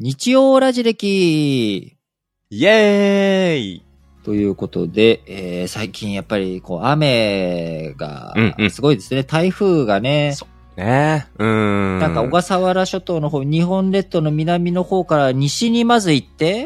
日曜ラジ歴イエーイということで、最近やっぱりこう雨がすごいですね。台風がね。 そうね。 なんか小笠原諸島の方、日本列島の南の方から西にまず行って、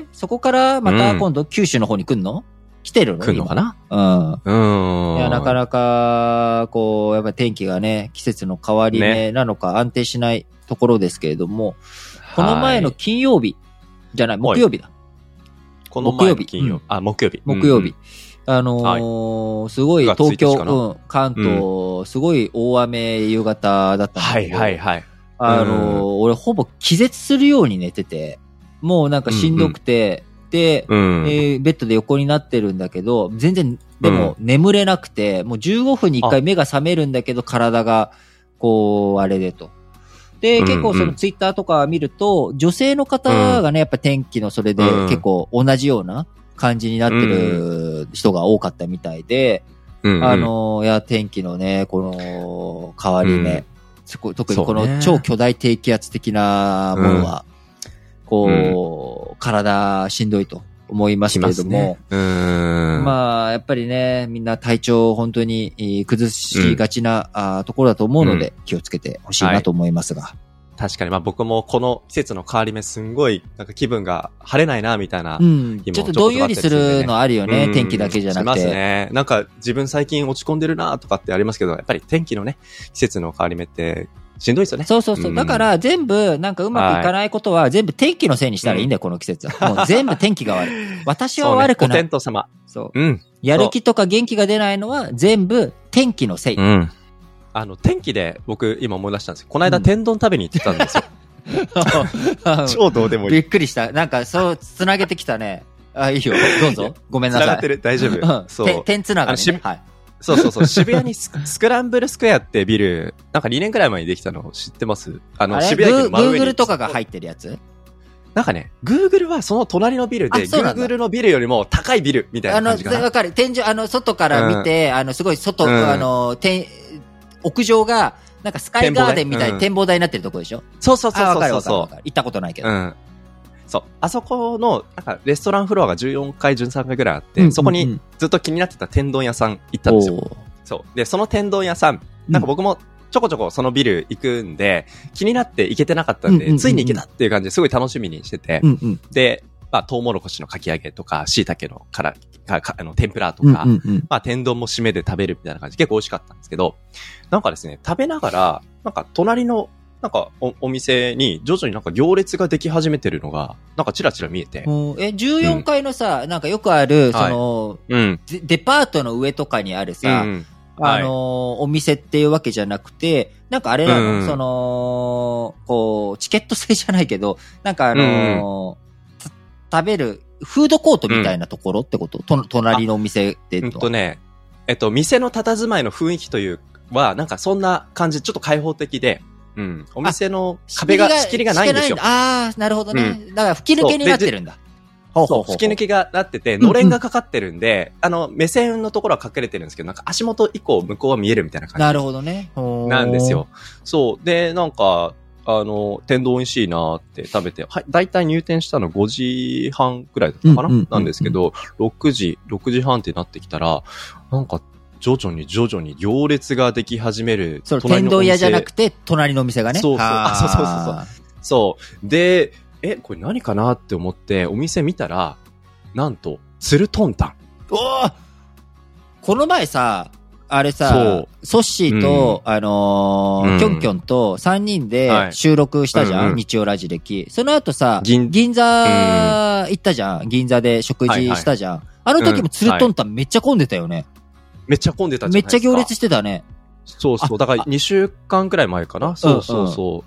そこからまた今度九州の方に来んの？来てるの？ 来るのかな？ いや、なかなか、こう、やっぱり天気がね、季節の変わり目なのか安定しないところですけれども、この前の金曜日、じゃない、木曜日だ。 この前の金曜日。木曜日。 木曜日。すごい東京、関東、すごい大雨夕方だったんだけど、俺ほぼ気絶するように寝てて、もうなんかしんどくて、で、ベッドで横になってるんだけど、全然、でも眠れなくて、もう15分に1回目が覚めるんだけど、体が、こう、あれでと。で、結構そのツイッターとか見ると、女性の方がね、やっぱ天気のそれで結構同じような感じになってる人が多かったみたいで、いや、天気のね、この変わり目、特にこの超巨大低気圧的なものは、こう、体しんどいと思いますけれども、まあ、やっぱりね、みんな体調を本当に崩しがちなところだと思うので、気をつけてほしいなと思いますが。 確かに、まあ僕もこの季節の変わり目すんごい、なんか気分が晴れないな、みたいな。 ちょっとどんよりするのあるよね、天気だけじゃなくて。 しますね。なんか自分最近落ち込んでるなとかってありますけど、やっぱり天気のね、季節の変わり目って、しんどいですよね。 そう。だから全部、なんかうまくいかないことは全部天気のせいにしたらいいんだよ、この季節は。もう全部天気が悪い。私は悪くない。 お天道様。 そう。やる気とか元気が出ないのは全部天気のせい。 天気で僕今思い出したんですよ。この間天丼食べに行ってたんですよ。超どうでもいい。 びっくりした。なんかそう、つなげてきたね。いいよ。どうぞ。ごめんなさい。 つながってる。大丈夫。 そう。点つながりね。はい。 そう。渋谷にスクランブルスクエアってビル、なんか2年くらい前にできたの知ってます？渋谷駅の真上に。 Google とかが入ってるやつ？ なんかね、Google はその隣のビルで、Google のビルよりも高いビルみたいな感じかな。 わかる。天井、外から見て、すごい外、屋上が、なんかスカイガーデンみたいな展望台になってるとこでしょ？ そう。 わかる。行ったことないけど。 そう。あそこの、なんか、レストランフロアが14階、13階ぐらいあって、そこにずっと気になってた天丼屋さん行ったんですよ。そう。で、その天丼屋さん、なんか僕もちょこちょこそのビル行くんで、気になって行けてなかったんで、ついに行けたっていう感じですごい楽しみにしてて、で、まあ、トウモロコシのかき揚げとか、椎茸の天ぷらとか、まあ、天丼も締めで食べるみたいな感じ、結構美味しかったんですけど、なんかですね、食べながら、なんか隣の、なんかお店に徐々になんか行列ができ始めてるのが、なんかチラチラ見えて。 14階のさ、なんかよくある、デパートの上とかにあるさ、お店っていうわけじゃなくて、なんかあれなの、こう、チケット制じゃないけど、なんか食べる、フードコートみたいなところってこと？隣のお店って店の佇まいの雰囲気というは、なんかそんな感じ、ちょっと開放的で、お店の仕切りがないんですよ。 ああ、なるほどね。だから吹き抜けになってるんだ。 そう、吹き抜けがなってて、のれんがかかってるんで、目線のところは隠れてるんですけど、なんか足元以降向こうは見えるみたいな感じ。 なるほどね。 なんですよ。そう。で、なんか、天丼美味しいなーって食べて、はい、だいたい入店したの5時半くらいだったかな、なんですけど、6時半ってなってきたら、なんか、徐々に行列ができ始める。 そう、天丼屋じゃなくて、隣のお店がね。 そう。そう。で、これ何かなって思って、お店見たら、なんと、つるとんたん。 おー！この前さ、あれさ、ソッシーと、キョンキョンと3人で収録したじゃん、日曜ラジ歴。その後さ、銀座行ったじゃん、銀座で食事したじゃん。あの時もつるとんたんめっちゃ混んでたよね。 めっちゃ混んでたじゃないですか。 めっちゃ行列してたね。 そう。だから2週間くらい前かな。そう。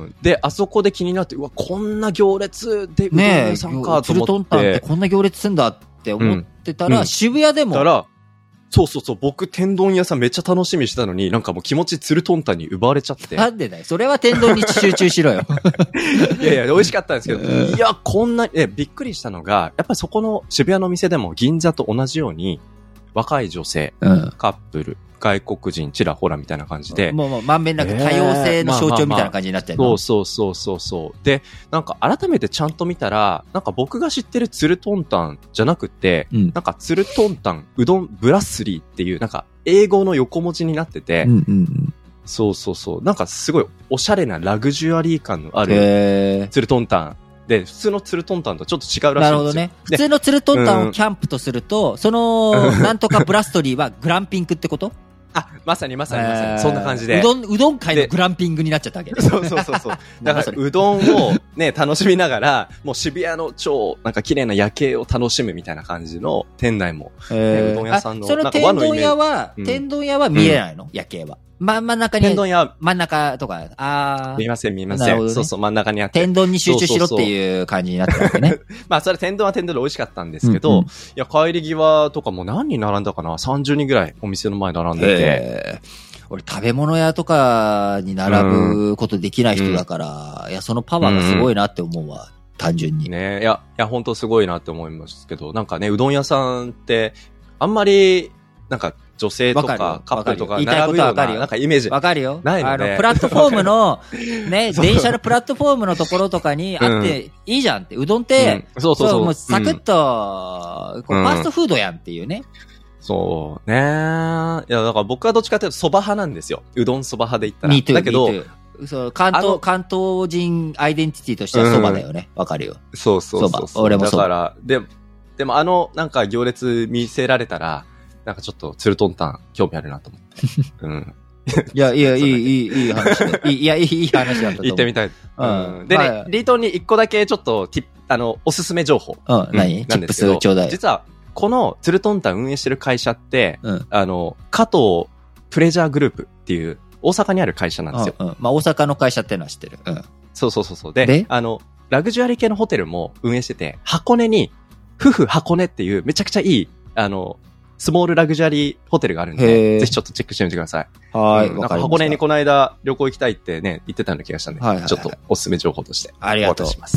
で、あそこで気になって、うわ、こんな行列で、うどん屋さんかと思って。 つるとんたんってこんな行列すんだって思ってたら、渋谷でも。 そう。僕、天丼屋さんめっちゃ楽しみにしてたのに、なんかもう気持ちつるとんたんに奪われちゃって。 なんでだよ。それは天丼に集中しろよ。 いや、美味しかったんですけど、いや、こんな、びっくりしたのが、やっぱりそこの渋谷の店でも銀座と同じように、若い女性、カップル外国人ちらほらみたいな感じで。 もうまんべんなく多様性の象徴みたいな感じになっちゃう、 そう。で、なんか改めてちゃんと見たら、なんか僕が知ってるツルトンタンじゃなくて、なんかツルトンタンうどんブラッスリーっていう、なんか英語の横文字になってて、そう。なんかすごいおしゃれなラグジュアリー感のあるツルトンタン。で、普通のツルトンタンとちょっと違うらしいんですよ。なるほどね。 普通のツルトンタンをキャンプとすると、その、なんとかブラストリーはグランピングってこと？ まさに。そんな感じで。 うどん界のグランピングになっちゃったわけね。 そう。だから、うどんをね、楽しみながら、もう渋谷の超、なんか綺麗な夜景を楽しむみたいな感じの店内も、うどん屋さんの、 その天丼屋は見えないの？夜景は。真ん中に。 天丼屋。 真ん中とか、 見ません。なるほどね、そう、真ん中にあって。 天丼に集中しろっていう感じになったわけね。 まあ、それ天丼は天丼で美味しかったんですけど、いや、帰り際とかも何人並んだかな ?30 人ぐらいお店の前並んでて。 俺、食べ物屋とかに並ぶことできない人だから、いや、そのパワーがすごいなって思うわ。単純に。 ね、いや、本当すごいなって思いますけど、なんかね、うどん屋さんって、あんまり、なんか、女性とかカップルとか並ぶような、なんかイメージ。 わかるよ。 ないので。 プラットフォームの、ね、電車のプラットフォームのところとかにあっていいじゃんって。うどんって、そう、もうサクッと、ファーストフードやんっていうね。 そうね。いや、だから僕はどっちかというと蕎麦派なんですよ。うどん蕎麦派で言ったら。だけど、 そう、関東人アイデンティティとしては蕎麦だよね。わかるよ。 そう。 俺もそう。だから、でもなんか行列見せられたら、なんかちょっとツルトンタン興味あるなと思って。 いや、いい話だ。いい話だったと思う。 行ってみたい。でね、リートンに一個だけちょっとおすすめ情報。 何？チップスちょうだい。 実は、このツルトンタン運営してる会社って、加藤プレジャーグループっていう大阪にある会社なんですよ。 まあ大阪の会社ってのは知ってる。 そう。で、ラグジュアリー系のホテルも運営してて、箱根に、箱根っていうめちゃくちゃいい、スモールラグジュアリーホテルがあるんで、ぜひちょっとチェックしてみてください。 はい。 なんか箱根にこの間旅行行きたいってね、言ってたような気がしたんで、ちょっとおすすめ情報として。 ありがとう。 お渡しします。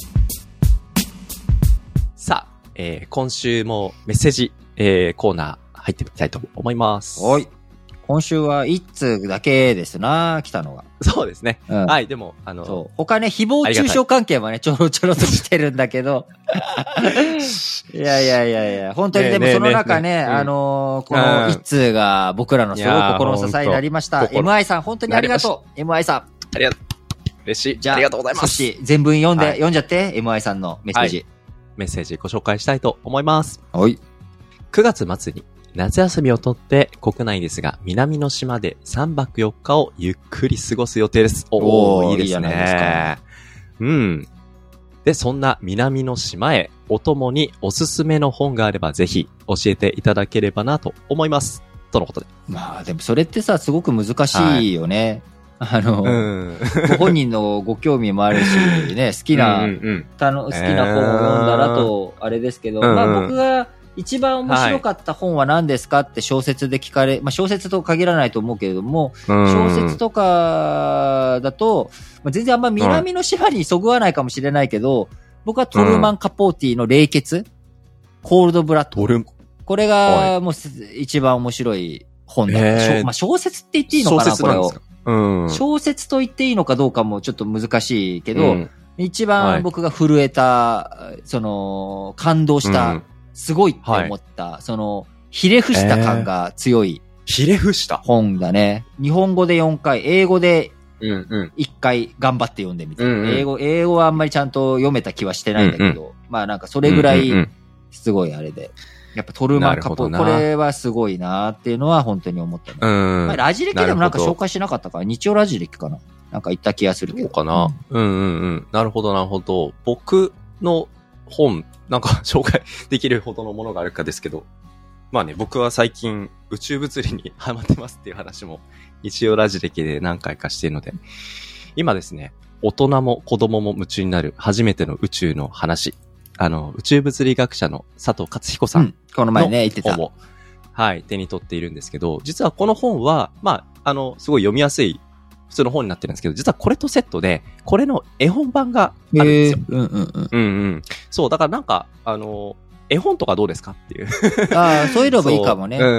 さあ、今週もメッセージ、コーナー入ってみたいと思います。 はい。今週は一通だけですな、来たのが。 そうですね。はい、でも、 他ね、誹謗中傷関係はね、ちょろちょろと来てるんだけど。いや、本当にでもその中ね、この一通が僕らのすごい心の支えになりました。MI さん、本当にありがとう。MI さん。 ありがとう。嬉しい。じゃあ、ありがとうございます。 全文読んじゃって、MI さんのメッセージ。 メッセージご紹介したいと思います。 はい。 9月末に夏休みを取って国内ですが南の島で3泊4日をゆっくり過ごす予定です。いいですね。いいじゃないですか。で、そんな南の島へお供におすすめの本があればぜひ教えていただければなと思います。とのことで。 まあでもそれってさ、すごく難しいよね。ご本人のご興味もあるし、ね、好きな本を読んだらと、あれですけど、まあ僕が一番面白かった本は何ですかって小説で聞かれ、まあ小説と限らないと思うけれども、小説とかだと、まあ、全然あんま南の島にそぐわないかもしれないけど、僕はトルーマン・カポーティの冷血、コールド・ブラッド。これがもう一番面白い本だった。まあ小説って言っていいのかな、これを。小説と言っていいのかどうかもちょっと難しいけど、一番僕が震えた、感動した、すごいって思った、ひれ伏した感が強い。 ひれ伏した本だね。日本語で4回、英語で1回頑張って読んでみた。英語はあんまりちゃんと読めた気はしてないんだけど、まあなんかそれぐらい、すごいあれで。やっぱトルーマンカポー、これはすごいなーっていうのは本当に思ったね。まあ、ラジ歴でもなんか紹介しなかったから、日曜ラジ歴かな。なんか言った気がするけど。 そうかな。なるほど。僕の本、なんか紹介できるほどのものがあるかですけど、まあね、僕は最近宇宙物理にハマってますっていう話も日曜ラジ歴で何回かしているので、今ですね、大人も子供も夢中になる初めての宇宙の話。宇宙物理学者の佐藤勝彦さんのこの前ね、言ってた。 本を、はい、手に取っているんですけど、実はこの本は、まあ、すごい読みやすい普通の本になってるんですけど、実はこれとセットで、これの絵本版があるんですよ。そう、だからなんか、絵本とかどうですかっていう。 そういうのもいいかもね。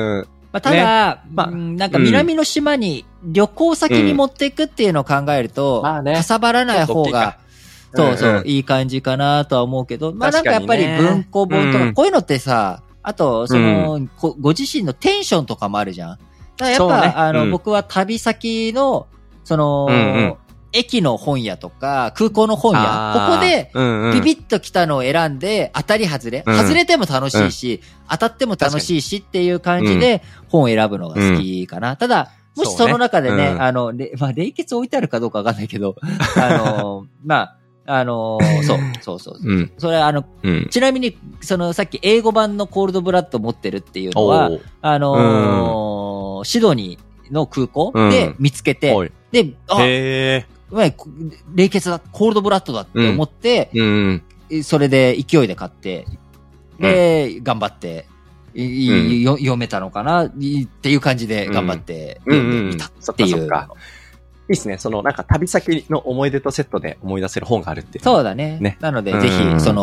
まあ、ただ、なんか南の島に旅行先に持っていくっていうのを考えると、かさばらない方が、そうそう、いい感じかなとは思うけど、まあなんかやっぱり文庫本とか、こういうのってさ、あと、ご自身のテンションとかもあるじゃん。だからやっぱ、僕は旅先の、駅の本屋とか、空港の本屋、ここで、ビビッと来たのを選んで、当たり外れ、外れても楽しいし、当たっても楽しいしっていう感じで、本を選ぶのが好きかな。ただ、もしその中でね、まあ、冷血置いてあるかどうかわかんないけど、まあ、そう。それちなみに、さっき英語版のコールドブラッド持ってるっていうのは、シドニーの空港で見つけて、で、冷血だ、コールドブラッドだって思って、それで勢いで買って、で、頑張って、読めたのかなっていう感じで頑張って読んでみたっていう。いいですね。なんか旅先の思い出とセットで思い出せる本があるっていう。 そうだね。なので、ぜ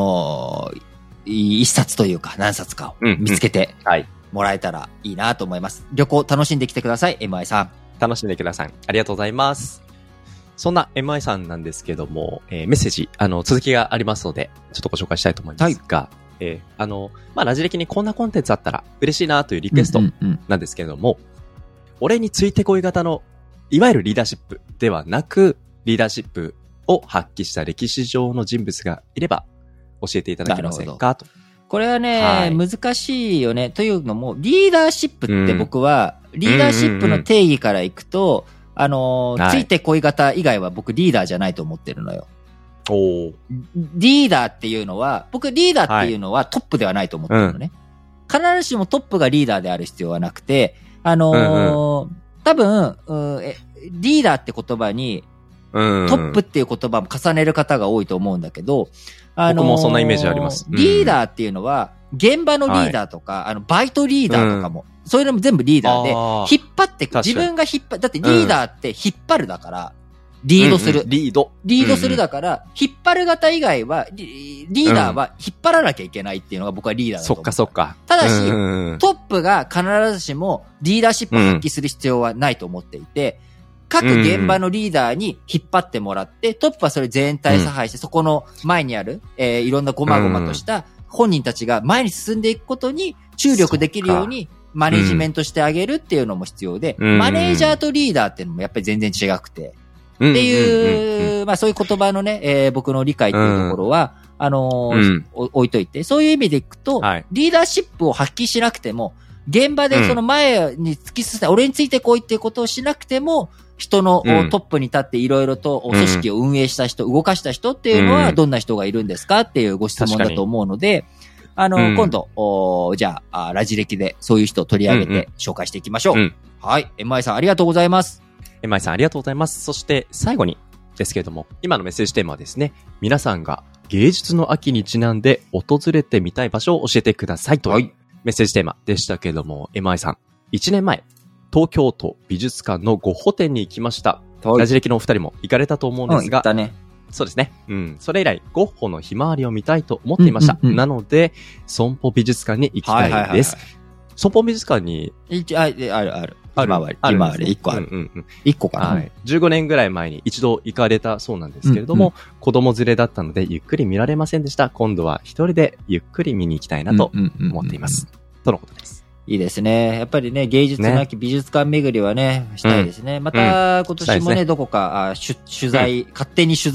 ひ、一冊というか何冊かを見つけてもらえたらいいなと思います。旅行楽しんできてください、MI さん。 楽しんでください。ありがとうございます。そんな MI さんなんですけども、メッセージ、続きがありますので、ちょっとご紹介したいと思いますが、まあ、ラジ歴にこんなコンテンツあったら嬉しいなというリクエストなんですけれども、俺についてこい型の、いわゆるリーダーシップではなく、リーダーシップを発揮した歴史上の人物がいれば、教えていただけませんかと。 これはね、難しいよね。というのも、リーダーシップって僕は、リーダーシップの定義からいくと、ついてこい型以外は僕リーダーじゃないと思ってるのよ。リーダーっていうのは、僕リーダーっていうのはトップではないと思ってるのね。必ずしもトップがリーダーである必要はなくて、多分、リーダーって言葉に、トップっていう言葉も重ねる方が多いと思うんだけど、 僕もそんなイメージあります。 リーダーっていうのは、現場のリーダーとか、バイトリーダーとかも、そういうのも全部リーダーで、引っ張って、自分が引っ張、だってリーダーって引っ張るだから、リードする。 リードするだから、引っ張る型以外は、リーダーは引っ張らなきゃいけないっていうのが僕はリーダーだと思う。 そっか。 ただし、トップが必ずしもリーダーシップを発揮する必要はないと思っていて、各現場のリーダーに引っ張ってもらって、トップはそれ全体差配して、そこの前にある、いろんなごまごまとした本人たちが前に進んでいくことに注力できるようにマネジメントしてあげるっていうのも必要で、マネージャーとリーダーっていうのもやっぱり全然違くて、っていう、まあそういう言葉のね、僕の理解っていうところは、置いといて、そういう意味でいくと、リーダーシップを発揮しなくても、現場でその前に突き進んで、俺についてこいっていうことをしなくても、人のトップに立っていろいろと組織を運営した人、動かした人っていうのはどんな人がいるんですかっていうご質問だと思うので、今度、じゃあ、ラジ歴でそういう人を取り上げて紹介していきましょう。はい。MI さんありがとうございます。 MI さんありがとうございます。そして最後にですけれども、今のメッセージテーマはですね、皆さんが芸術の秋にちなんで訪れてみたい場所を教えてくださいというメッセージテーマでしたけれども、MI さん、1年前、東京都美術館のゴッホ展に行きました。ラジ歴のお二人も行かれたと思うんですが、 行ったね。 そうですね。それ以来、ゴッホのひまわりを見たいと思っていました。なので、損保美術館に行きたいです。損保美術館に、 ある。ひまわり1個ある。1個かな。 15年ぐらい前に一度行かれたそうなんですけれども、子供連れだったのでゆっくり見られませんでした。今度は一人でゆっくり見に行きたいなと思っています。とのことです。 いいですね。やっぱりね、芸術の秋、美術館巡りはね、したいですね。また、今年もね、どこか、取材、勝手に、し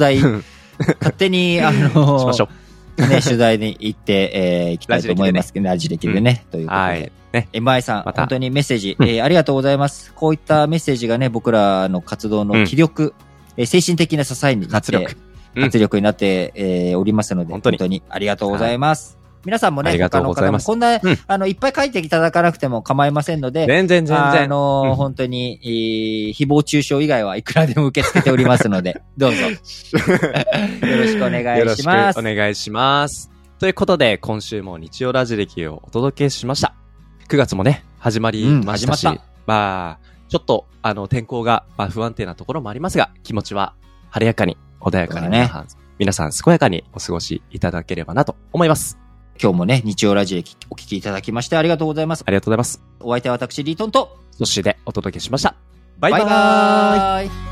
ましょう。ね、取材に行って、行きたいと思いますけど、ラジ歴でね、ということで。MI さん、本当にメッセージ、ありがとうございます。こういったメッセージがね、僕らの活動の気力、精神的な支えになって、圧力になっておりますので、本当にありがとうございます。皆さんもね、他の方もこんな、いっぱい書いていただかなくても構いませんので、 全然。 本当に、誹謗中傷以外はいくらでも受け付けておりますので、どうぞ。よろしくお願いします。よろしくお願いします。ということで、今週も日曜ラジ歴をお届けしました。9月もね、始まりましたし、まあ、ちょっと、天候が不安定なところもありますが、気持ちは晴れやかに、穏やかにね、皆さん健やかにお過ごしいただければなと思います。 今日もね、日曜ラジオお聞きいただきましてありがとうございます。 ありがとうございます。 お相手は私、リートンと、 ソッシーでお届けしました。 バイバーイ。